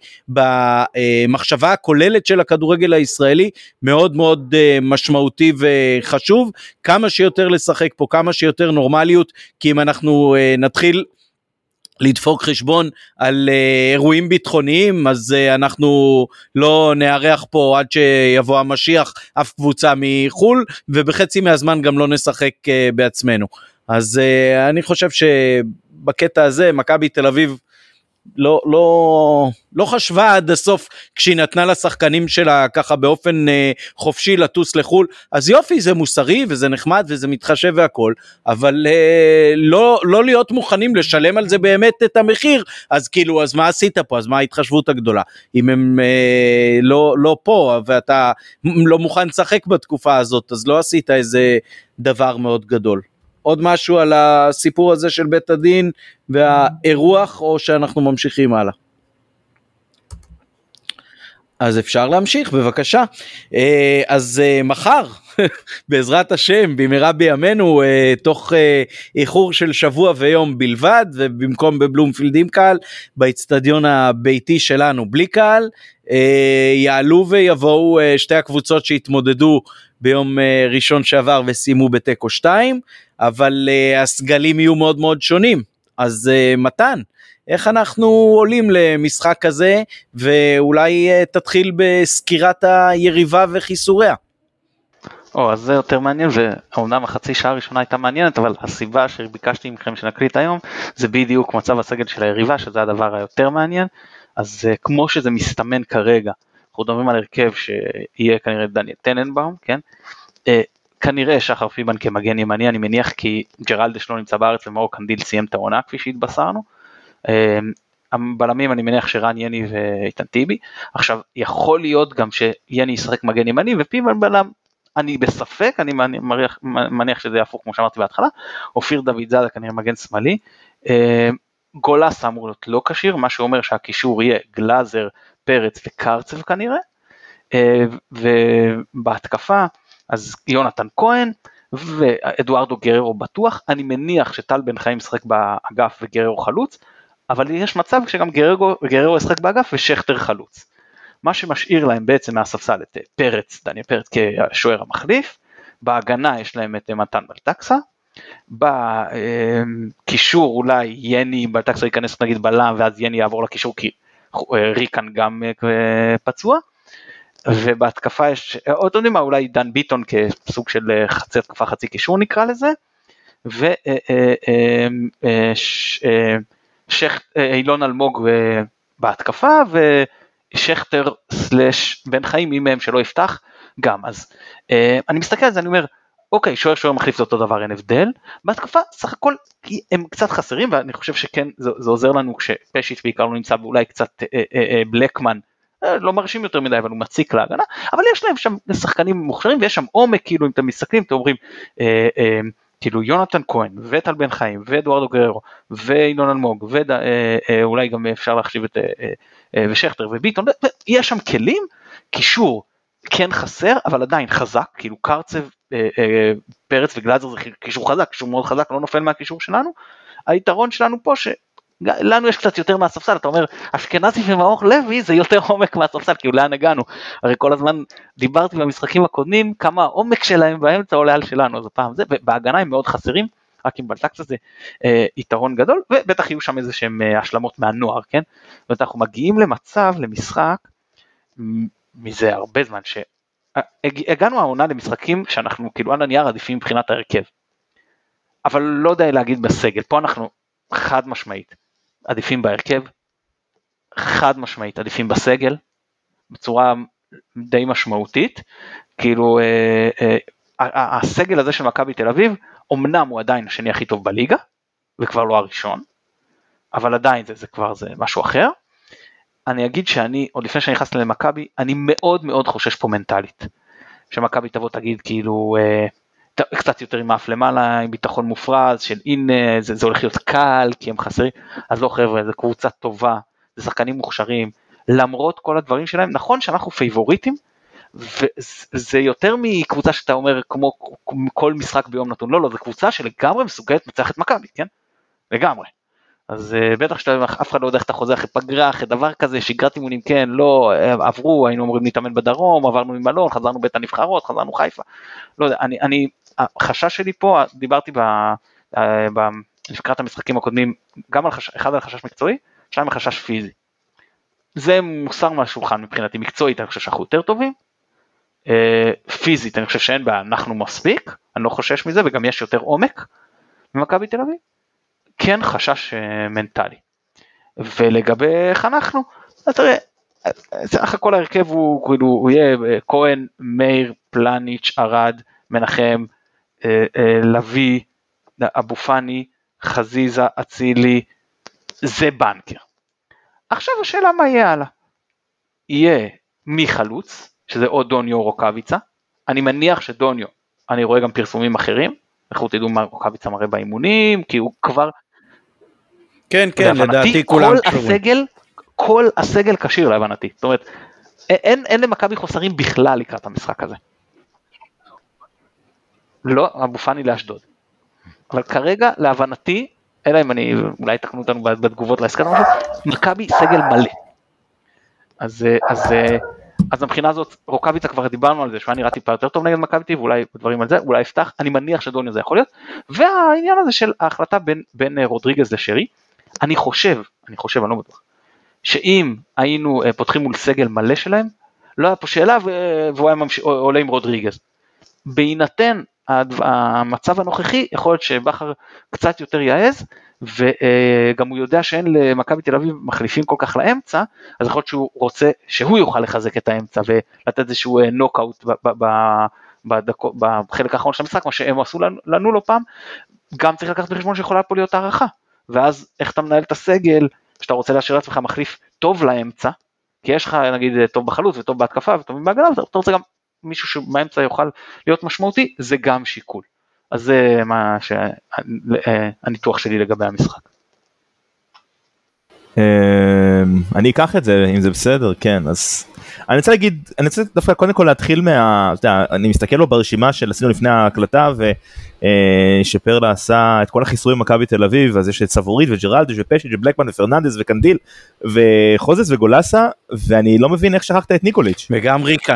במחשבה הכוללת של הכדורגל הישראלי, מאוד מאוד uh, משמעותי וחשוב, כמה שיותר לשחק פה, כמה שיותר נורמליות, כי אם אנחנו uh, נתחיל, לדפוק חשבון על uh, אירועים ביטחוניים, אז uh, אנחנו לא נערך פה עד שיבוא המשיח אף קבוצה מחול, ובחצי מהזמן גם לא נשחק uh, בעצמנו. אז uh, אני חושב שבקטע הזה מכבי תל אביב לא, לא, לא חשבה עד הסוף כשהיא נתנה לשחקנים שלה ככה באופן אה, חופשי לטוס לחול, אז יופי, זה מוסרי וזה נחמד וזה מתחשב והכל, אבל אה, לא, לא להיות מוכנים לשלם על זה באמת את המחיר, אז כאילו, אז מה עשית פה? אז מה ההתחשבות הגדולה? אם הם אה, לא, לא פה ואתה לא מוכן לשחק בתקופה הזאת, אז לא עשית איזה דבר מאוד גדול. עוד משהו על הסיפור הזה של בית הדין והאירוח, או שאנחנו ממשיכים הלאה? אז אפשר להמשיך, בבקשה. אז מחר, בעזרת השם, במהרה בימינו, תוך איחור של שבוע ויום בלבד, ובמקום בבלומפילד עם קהל, באצטדיון הביתי שלנו בלי קהל, יעלו ויבואו שתי הקבוצות שהתמודדו ביום ראשון שעבר וסיימו בטקו שתיים, אבל הסגלים יהיו מאוד מאוד שונים. אז מתן, איך אנחנו עולים למשחק כזה, ואולי תתחיל בסקירת היריבה וחיסוריה? או, אז זה יותר מעניין, ואומנם החצי שעה הראשונה הייתה מעניינת, אבל הסיבה שביקשתי מכם שנקליט היום, זה בדיוק מצב הסגל של היריבה, שזה הדבר היותר מעניין. אז כמו שזה מסתמן כרגע, אנחנו מדברים על הרכב שיהיה כנראה דניאל טננבאום, כן? כנראה שחר פיבן כמגן ימני, אני מניח כי ג'רלדש לא נמצא בארץ ומאור קנדיל סיים את העונה כפי שהתבשרנו. הבלמים אני מניח שרן יני ואיתן טיבי. עכשיו יכול להיות גם שיני ישחק מגן ימני ופיבן בלם, אני בספק, אני מניח, מניח שזה יהפוך כמו שאמרתי בהתחלה. אופיר דוד זאדה כנראה מגן שמאלי. גולס אמור להיות לא קשיר, מה שאומר שהקישור יהיה גלאזר, פרץ וקרצב כנראה. ובהתקפה אז יונתן כהן ואדוארדו גררו בטוח, אני מניח שטל בן חיים ישחק באגף וגררו חלוץ, אבל יש מצב שגם גררו, גררו ישחק באגף ושכתר חלוץ. מה שמשאיר להם בעצם מהספסל את פרץ, דניאל פרץ כשוער המחליף, בהגנה יש להם את מתן בלטקסה, בקישור אולי יני בלטקסה ייכנס נגיד בלם, ואז יני יעבור לקישור כי ריקן גם פצוע, ובהתקפה יש, עוד יודעים מה, אולי דן ביטון כסוג של חצי התקפה חצי קישור נקרא לזה, ואילון אלמוג בהתקפה, ושכתר סלש בן חיים, מי מהם שלא יפתח גם. אז אני מסתכל על זה, אני אומר, אוקיי, שוער שוער מחליף זה אותו דבר, אין הבדל, בהתקפה סך הכל הם קצת חסרים, ואני חושב שכן, זה, זה עוזר לנו כשפשיץ' בעיקר לא נמצא, ואולי קצת אה, אה, אה, בלקמן, לא מרשים יותר מדי, אבל הוא מציק להגנה, אבל יש להם שם שחקנים מוכשרים, ויש שם עומק, כאילו אם אתם מסתכלים, אתם אומרים, אה, אה, כאילו יונתן כהן וטל בן חיים ואדוארדו גררו וינון אלמוג ואולי גם אפשר להחשיב את ושכטר וביטון, יש שם כלים, קישור כן חסר אבל עדיין חזק, כאילו קרצב, פרץ וגלאזר זה קישור חזק, קישור מאוד חזק, לא נופל מהקישור שלנו. היתרון שלנו פה שלנו יש קצת יותר מהספסל, אתה אומר אשכנזי ומאור לוי זה יותר עומק מהספסל, כאילו לאן הגענו, הרי כל הזמן דיברתי במשחקים הקודמים כמה העומק שלהם באמצע עולה על שלנו, אז הפעם זה, ובהגנה הם מאוד חסרים, רק עם בלטקס הזה אה, יתרון גדול, ובטח יהיו שם איזה שהם אה, השלמות מהנוער, כן? זאת אומרת, אנחנו מגיעים למצב, למשחק, מזה הרבה זמן, שהגענו העונה למשחקים שאנחנו כאילו על הנייר עדיפים מבחינת ההרכב, אבל לא יודע להגיד בסגל, פה אנחנו חד משמעית, עדיפים בהרכב, חד משמעית עדיפים בסגל, בצורה די משמעותית, כאילו אה, אה, הסגל הזה של מכבי תל אביב, אמנם הוא עדיין השני הכי טוב בליגה, וכבר לא הראשון, אבל עדיין זה, זה כבר זה משהו אחר. אני אגיד שאני, עוד לפני שאני נכנס למכבי, אני מאוד מאוד חושש פה מנטלית, שמכבי תבוא תגיד כאילו, אה, קצת יותר עם אף למעלה, עם ביטחון מופרז, של הנה זה, זה הולך להיות קל, כי הם חסרים, אז לא חבר'ה, זה קבוצה טובה, זה שחקנים מוכשרים, למרות כל הדברים שלהם, נכון שאנחנו פייבוריטים, וזה יותר מקבוצה שאתה אומר, כמו כל משחק ביום נתון, לא, לא, זה קבוצה שלגמרי מסוגלת מצליח את מכבי, כן? לגמרי. אז בטח שאף אחד לא יודע איך אתה חוזר אחרי פגרה, אחרי דבר כזה, שגרת אימונים, כן, לא, עברו, היינו אומרים להתאמן בדרום, עברנו עם מלון, חזרנו בית הנבחרות, חזרנו חיפה, לא יודע, אני, אני, החשש שלי פה, דיברתי לקראת המשחקים הקודמים, גם על חשש, אחד על חשש מקצועי, שתיים על חשש פיזי. זה מוסר מהשולחן מבחינתי, מקצועית אני חושב שאנחנו יותר טובים, פיזית אני חושב שאין בה, אנחנו מספיק, אני לא חושש מזה, וגם יש יותר עומק ממכבי תל אביב, כן חשש מנטלי. ולגבי איך אנחנו, תראה, סך הכל ההרכב הוא, כאילו, הוא יהיה כהן, מאיר, פלניץ', ארד, מנחם, לוי, אבו פני, חזיזה, אצילי, זה בנקר. עכשיו השאלה מה יהיה הלאה? יהיה מי חלוץ, שזה או דוניו או רוקביצה, אני מניח שדוניו, אני רואה גם פרסומים אחרים, אנחנו תדעו מה רוקביצה מראה באימונים, כי הוא כבר... כן, כן, לדעתי כולם קשורים. הסגל, כל הסגל קשיר להבנתי, זאת אומרת, אין, אין למכבי חוסרים בכלל לקראת המשחק הזה. לא, אבו פני לאשדוד. אבל כרגע, להבנתי, אלא אם אני, אולי תקנו אותנו בתגובות להסכם, מכבי סגל מלא. אז, אז, אז מבחינה הזאת, רוקביצה כבר דיברנו על זה, שהוא נראה טיפה יותר טוב נגד מכבי, ואולי דברים על זה, אולי יפתח, אני מניח שדוניו זה יכול להיות, והעניין הזה של ההחלטה בין, בין רודריגז לשרי, אני חושב, אני חושב, אני לא בטוח, שאם היינו פותחים מול סגל מלא שלהם, לא היה פה שאלה, והוא היה ממש, עולה עם רודריגז. בהינתן המצב הנוכחי, יכול להיות שבחר קצת יותר יעז, וגם הוא יודע שאין למכבי תל אביב מחליפים כל כך לאמצע, אז יכול להיות שהוא רוצה שהוא יוכל לחזק את האמצע, ולתת איזשהו נוקאוט בחלק האחרון של המשחק, מה שהם עשו לנו לא פעם, גם צריך לקחת בחשבון שיכולה פה להיות הערכה, ואז איך אתה מנהל את הסגל, שאתה רוצה להשאיר לעצמך מחליף טוב לאמצע, כי יש לך נגיד טוב בחלוץ וטוב בהתקפה וטוב בהגנה, אתה רוצה גם מישהו שבאמצע יוכל להיות משמעותי, זה גם שיקול. אז זה מה שהניתוח שלי לגבי המשחק. אני אקח את זה, אם זה בסדר, כן, אז אני רוצה להגיד, אני רוצה דווקא קודם כל להתחיל מה, אני מסתכל לו ברשימה של עשינו לפני ההקלטה, ושפרלה עשה את כל החיסורים מכבי תל אביב, אז יש את סבורית וג'רלדש ופשיץ' ובלקמן ופרננדס וקנדיל, וחוזס וגולסה, ואני לא מבין איך שכחת את ניקוליץ'. וגם ריקן.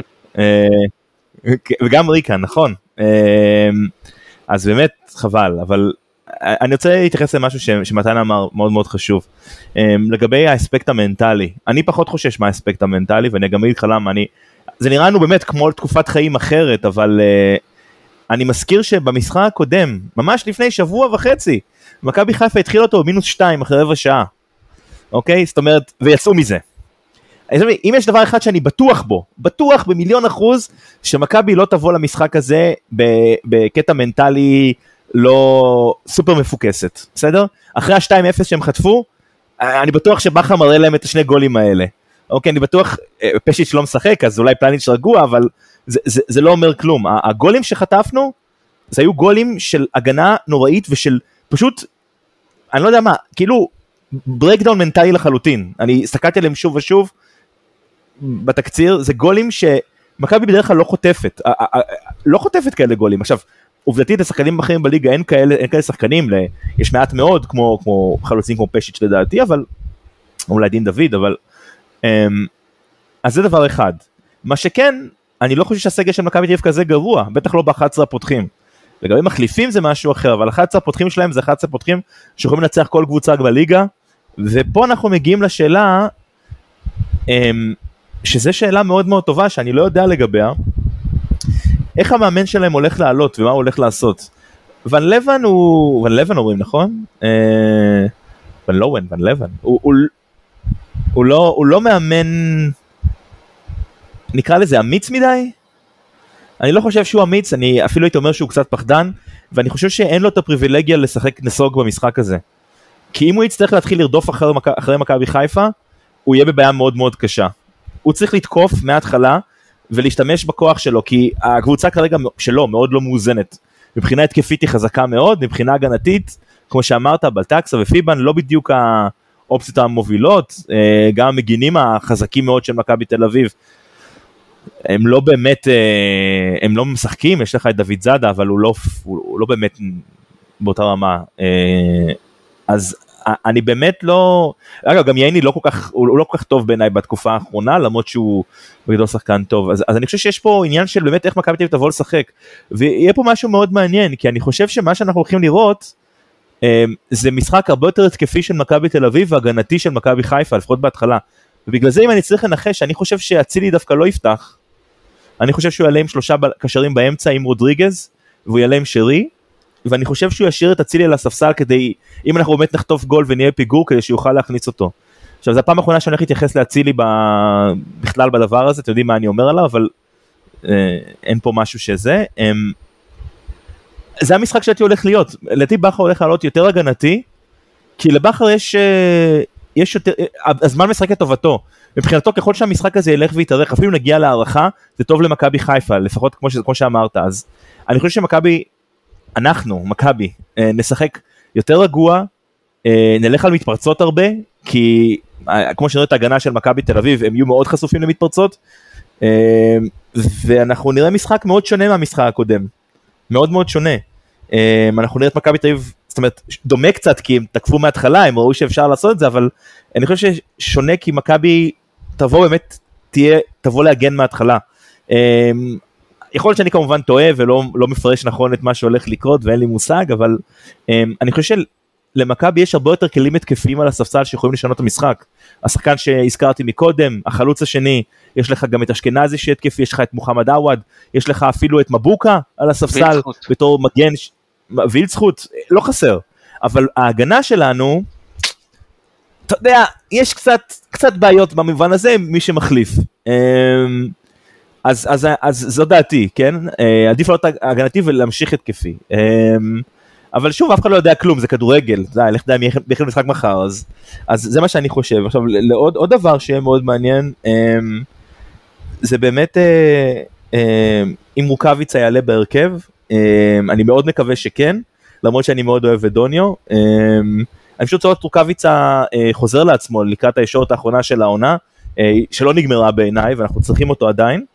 וגם ריקן, נכון. אז באמת חבל, אבל אני רוצה להתייחס למשהו שמתן אמר מאוד מאוד חשוב, לגבי האספקט המנטלי, אני פחות חושש מהאספקט המנטלי, ואני גם אגיד לך למה, אני, זה נראה לנו באמת כמו תקופת חיים אחרת, אבל אני מזכיר שבמשחק הקודם, ממש לפני שבוע וחצי, מכבי חיפה התחיל אותו מינוס שתיים אחרי רבע שעה, אוקיי? זאת אומרת, ויצאו מזה. אם יש דבר אחד שאני בטוח בו, בטוח במיליון אחוז, שמכבי לא תבוא למשחק הזה בקטע מנטלי לא סופר מפוקסת, בסדר? אחרי ה-שתיים אפס שהם חטפו, אני בטוח שבחר מראה להם את השני גולים האלה. אוקיי, אני בטוח, פשיץ' לא משחק, אז אולי פלניץ' רגוע, אבל זה, זה, זה לא אומר כלום. הגולים שחטפנו, זה היו גולים של הגנה נוראית ושל פשוט, אני לא יודע מה, כאילו ברקדאון מנטלי לחלוטין, אני הסתכלתי עליהם שוב ושוב בתקציר, זה גולים שמכבי בדרך כלל לא חוטפת, לא חוטפת כאלה גולים. עכשיו, עובדתית לשחקנים אחרים בליגה אין כאלה, אין כאלה שחקנים, יש מעט מאוד כמו, כמו חלוצים כמו פשיץ' לדעתי, אבל אולי דין דוד, אבל אז זה דבר אחד. מה שכן, אני לא חושב שהסגל של מכבי תל אביב כזה גרוע, בטח לא ב-אחד עשר הפותחים. לגבי מחליפים זה משהו אחר, אבל אחד עשר הפותחים שלהם זה אחד עשר הפותחים שיכולים לנצח כל קבוצה בליגה, ופה אנחנו מגיעים לשאלה, שזו שאלה מאוד מאוד טובה, שאני לא יודע לגביה, איך המאמן שלהם הולך לעלות, ומה הוא הולך לעשות. ון לבן הוא, ון לבן אומרים, נכון? ון לובן, ון לבן. הוא, הוא, הוא, לא, הוא לא מאמן, נקרא לזה אמיץ מדי? אני לא חושב שהוא אמיץ, אני אפילו הייתי אומר שהוא קצת פחדן, ואני חושב שאין לו את הפריבילגיה לשחק נסוג במשחק הזה. כי אם הוא יצטרך להתחיל לרדוף אחרי, אחרי מכבי חיפה, הוא יהיה בבעיה מאוד מאוד קשה. הוא צריך לתקוף מההתחלה, ולהשתמש בכוח שלו, כי הקבוצה כרגע שלו מאוד לא מאוזנת. מבחינה התקפית היא חזקה מאוד, מבחינה הגנתית, כמו שאמרת, בלטקסה ופיבן, לא בדיוק האופציות המובילות, גם המגינים החזקים מאוד של מכבי תל אביב, הם לא באמת, הם לא משחקים, יש לך את דוד זאדה, אבל הוא לא, הוא לא באמת באותה רמה. אז אני באמת לא, אגב, גם ייני לא כל כך, הוא לא כל כך טוב בעיניי בתקופה האחרונה, למרות שהוא בגדול שחקן טוב. אז, אז אני חושב שיש פה עניין של באמת איך מכבי תל אביב תבוא לשחק, ויהיה פה משהו מאוד מעניין, כי אני חושב שמה שאנחנו הולכים לראות, זה משחק הרבה יותר התקפי של מכבי תל אביב, והגנתי של מכבי חיפה, לפחות בהתחלה. ובגלל זה אם אני צריך לנחש, אני חושב שאצילי דווקא לא יפתח, אני חושב שהוא יעלה עם שלושה קשרים באמצע עם רודריגז, והוא יעלה עם שרי, ואני חושב שהוא ישאיר את אצילי על הספסל כדי, אם אנחנו באמת נחטוף גול ונהיה פיגור, כדי שיוכל להכניס אותו. עכשיו, זו הפעם האחרונה שאני הולך להתייחס לאצילי ב... בכלל בדבר הזה, אתם יודעים מה אני אומר עליו, אבל אה, אין פה משהו שזה. אה, זה המשחק שהייתי הולך להיות. לדעתי בכר הולך לעלות יותר הגנתי, כי לבכר יש, אה, יש יותר, אה, הזמן משחק את טובתו. מבחינתו, ככל שהמשחק הזה ילך ויתארך, אפילו נגיע להערכה, זה טוב למכבי חיפה, לפחות כמו, ש... כמו שאמרת. אז אני חושב שמכבי, אנחנו, מכבי, נשחק יותר רגוע, נלך על מתפרצות הרבה, כי כמו שנראה את ההגנה של מכבי תל אביב, הם יהיו מאוד חשופים למתפרצות, ואנחנו נראה משחק מאוד שונה מהמשחק הקודם, מאוד מאוד שונה. אנחנו נראה את מכבי תל אביב, זאת אומרת, דומה קצת, כי הם תקפו מההתחלה, הם ראו שאפשר לעשות את זה, אבל אני חושב ששונה, כי מכבי תבוא באמת, תהיה, תבוא להגן מההתחלה. יכול להיות שאני כמובן טועה ולא לא מפרש נכון את מה שהולך לקרות ואין לי מושג, אבל um, אני חושב שלמכבי יש הרבה יותר כלים התקפיים על הספסל שיכולים לשנות את המשחק. השחקן שהזכרתי מקודם, החלוץ השני, יש לך גם את אשכנזי שהתקפי, יש לך את מוחמד עווד, יש לך אפילו את מבוקה על הספסל בתור מגן, וילצחוט, לא חסר. אבל ההגנה שלנו, אתה יודע, יש קצת, קצת בעיות במובן הזה, מי שמחליף. Um, אז, אז, אז זו דעתי, כן? עדיף לעלות הגנתי ולהמשיך התקפי. אבל שוב, אף אחד לא יודע כלום, זה כדורגל, אתה יודע, לך יודע, מי יחל משחק מחר, אז, אז זה מה שאני חושב. עכשיו, לעוד, עוד דבר שיהיה מאוד מעניין, זה באמת, אם רוקאביצה יעלה בהרכב, אני מאוד מקווה שכן, למרות שאני מאוד אוהב את דוניו, אני פשוט רוצה רוקאביצה חוזר לעצמו לקראת הישורת האחרונה של העונה, שלא נגמרה בעיניי, ואנחנו צריכים אותו עדיין.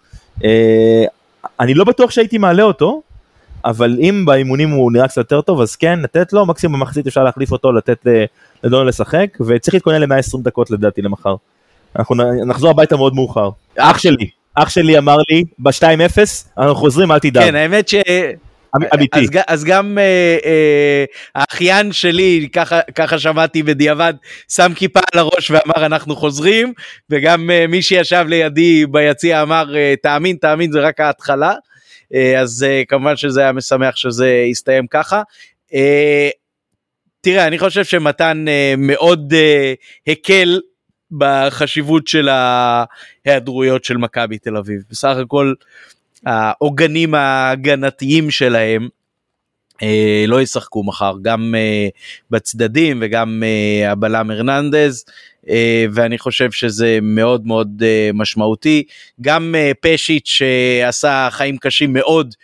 אני לא בטוח שהייתי מעלה אותו, אבל אם באימונים הוא נראה קצת יותר טוב, אז כן, לתת לו, מקסימום במחצית אפשר להחליף אותו, לתת לדוניו לשחק, וצריך להתכונן ל-מאה ועשרים דקות לדעתי למחר. אנחנו נחזור הביתה מאוד מאוחר. אח שלי, אח שלי אמר לי, ב-שתיים אפס, אנחנו חוזרים, אל תדאג. כן, האמת ש... אמיתי. אז, אז גם אה, אה, האחיין שלי, ככה, ככה שמעתי בדיעבד, שם כיפה על הראש ואמר אנחנו חוזרים, וגם אה, מי שישב לידי ביציע אמר אה, תאמין, תאמין, זה רק ההתחלה, אה, אז אה, כמובן שזה היה משמח שזה יסתיים ככה. אה, תראה, אני חושב שמתן אה, מאוד אה, הקל בחשיבות של ההיעדרויות של מכבי תל אביב. בסך הכל, העוגנים ההגנתיים שלהם אה, לא ישחקו מחר, גם אה, בצדדים וגם אה, הבלם הרננדז, אה, ואני חושב שזה מאוד מאוד אה, משמעותי. גם אה, פשיץ' שעשה חיים קשים מאוד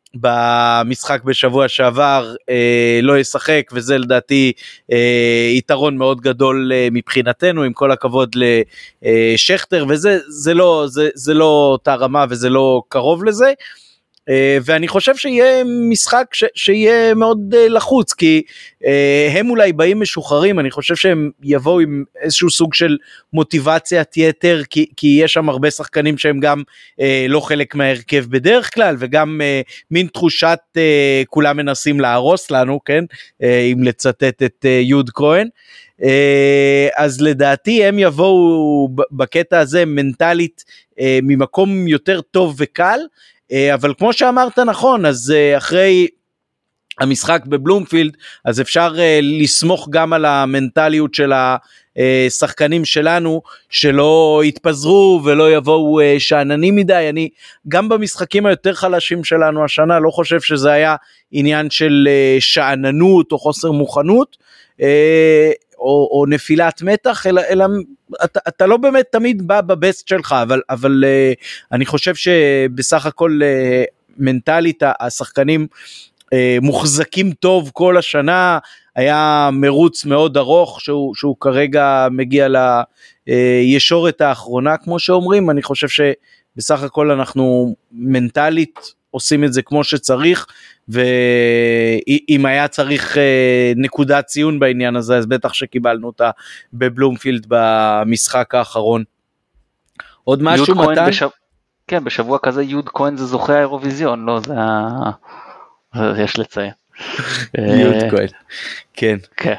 במשחק בשבוע שעבר אה, לא ישחק, וזה לדעתי אה, יתרון מאוד גדול אה, מבחינתנו, עם כל הכבוד לשכטר, וזה זה לא, זה, זה לא אותה רמה וזה לא קרוב לזה, אה, ואני חושב שיהיה משחק ש, שיהיה מאוד אה, לחוץ, כי אה, הם אולי באים משוחררים, אני חושב שהם יבואו עם איזשהו סוג של מוטיבציית יתר, כי, כי יש שם הרבה שחקנים שהם גם אה, לא חלק מהרכב בדרך כלל, וגם אה, מין תחושת אה, כולם מנסים להרוס לנו, כן, אה, אם לצטט את אה, יוד כהן, אה, אז לדעתי הם יבואו בקטע הזה מנטלית אה, ממקום יותר טוב וקל, אבל כמו שאמרת נכון, אז אחרי המשחק בבלומפילד, אז אפשר לסמוך גם על המנטליות של השחקנים שלנו, שלא יתפזרו ולא יבואו שעננים מדי. אני גם במשחקים היותר חלשים שלנו השנה, לא חושב שזה היה עניין של שעננות או חוסר מוכנות, או, או נפילת מתח, אלא, אלא אתה, אתה לא באמת תמיד בא בבסט שלך, אבל, אבל uh, אני חושב שבסך הכל uh, מנטלית השחקנים uh, מוחזקים טוב כל השנה, היה מרוץ מאוד ארוך שהוא, שהוא כרגע מגיע לישורת האחרונה כמו שאומרים, אני חושב שבסך הכל אנחנו מנטלית עושים את זה כמו שצריך, ואם היה צריך נקודת ציון בעניין הזה, אז בטח שקיבלנו אותה בבלומפילד במשחק האחרון. עוד משהו מתן? בשב... כן, בשבוע כזה יוד כהן זה זוכה האירוויזיון, לא, זה ה... יש לציין. יוד כהן, כן. כן.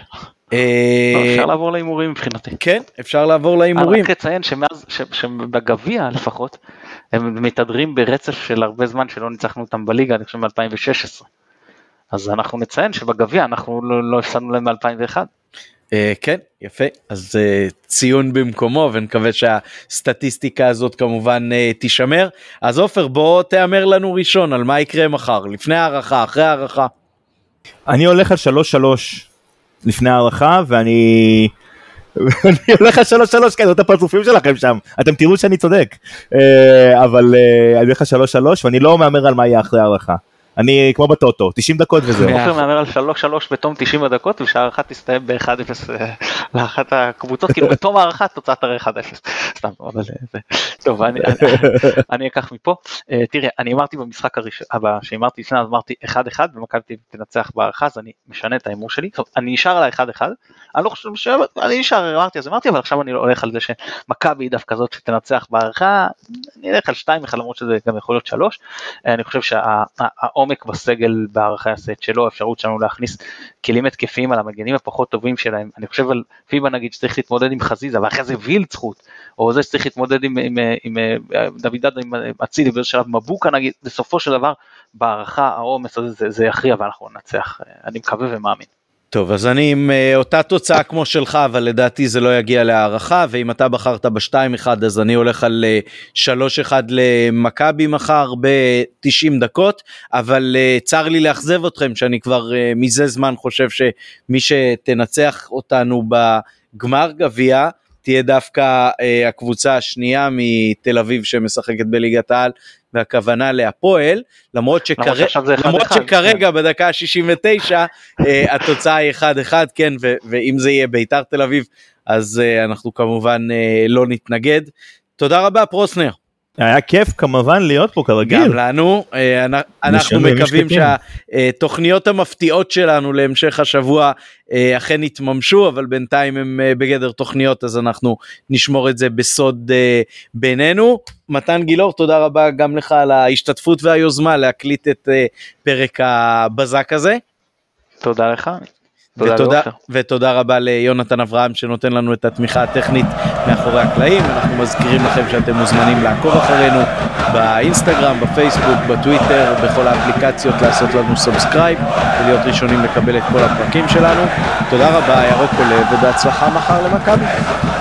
אפשר לעבור להימורים מבחינתי. כן, אפשר לעבור להימורים. אני רק אציין שמאז, שבגביע לפחות, הם מתהדרים ברצף של הרבה זמן שלא ניצחנו אותם בליגה, אני חושב מ-אלפיים ושש עשרה. אז אנחנו נציין שבגביע אנחנו לא הפסדנו להם מ-אלפיים ואחת. כן, יפה. אז ציון במקומו, ונקווה שהסטטיסטיקה הזאת כמובן תישמר. אז עופר, בוא תאמר לנו ראשון על מה יקרה מחר, לפני הערכה, אחרי הערכה. אני הולך על שלוש שלוש לפני הערכה, ואני... אני הולך על שלוש שלוש, כן, זאת הפרצופים שלכם שם, אתם תראו שאני צודק, אבל אני הולך על שלוש שלוש, ואני לא מאמר על מה יהיה אחרי הערכה, אני כמו בטוטו, תשעים דקות וזהו. עופר מאמר על שלוש שלוש בתום תשעים הדקות, ושהערכה תסתיים ב-אחד אפס לאחת הקבוצות, כאילו בתום הערכה תוצאת הרי אחד אפס, סתם, אבל זה, טוב, אני אקח מפה, תראה, אני אמרתי במשחק הבא, שאמרתי לפני, אז אמרתי אחד אחד, ומכבי תנצח בערכה, אז אני משנה את האימור שלי, אני נשאר על ה-אחד אחד, אני לא חושב, אני נשאר, אמרתי, אז אמרתי, אבל עכשיו אני הולך על זה שמכבי היא דווקא זאת שתנצח בערכה, אני אלך על שתיים, למרות שזה גם יכול להיות שלוש, אני חושב שהעומק בסגל בערכה יעשה את שלו, האפשרות שלנו להכניס כלים התקפיים על המגנים הפחות טובים שלהם, אני חושב על פיבה נגיד שצריך להתמודד עם חזיזה, ואחרי זה וילד זכות, או זה שצריך להתמודד עם, עם, עם, עם דוד דד, עם אצילי, באיזה שלב מבוקה נגיד, בסופו של דבר, בערכה העומס הזה זה, זה יכריע, ואנחנו נצח, אני מקווה ומאמין. טוב, אז אני עם uh, אותה תוצאה כמו שלך, אבל לדעתי זה לא יגיע להערכה, ואם אתה בחרת ב-שתיים אחד, אז אני הולך על uh, שלוש אחד למכבי מחר ב-תשעים דקות, אבל uh, צר לי לאכזב אתכם, שאני כבר uh, מזה זמן חושב שמי שתנצח אותנו בגמר גביע, תהיה דווקא uh, הקבוצה השנייה מתל אביב שמשחקת בליגת העל, והכוונה להפועל, למרות, שכר... למרות שכרגע בדקה ה-שישים ותשע התוצאה היא אחד אחד, כן, ו- ואם זה יהיה ביתר תל אביב, אז uh, אנחנו כמובן uh, לא נתנגד. תודה רבה פרוסנר. היה כיף כמובן להיות פה כרגיל. גם לנו, אנחנו מקווים שהתוכניות המפתיעות שלנו להמשך השבוע אכן יתממשו, אבל בינתיים הם בגדר תוכניות, אז אנחנו נשמור את זה בסוד בינינו. מתן גילאור, תודה רבה גם לך על ההשתתפות והיוזמה להקליט את פרק הבזק הזה. תודה לך. ותודה, ותודה רבה ליונתן אברהם שנותן לנו את התמיכה הטכנית מאחורי הקלעים. אנחנו מזכירים לכם שאתם מוזמנים לעקוב אחרינו באינסטגרם, בפייסבוק, בטוויטר, בכל האפליקציות, לעשות לנו סאבסקרייב ולהיות ראשונים לקבל את כל הפרקים שלנו. תודה רבה, ירוק עולה, ובהצלחה מחר למכבי.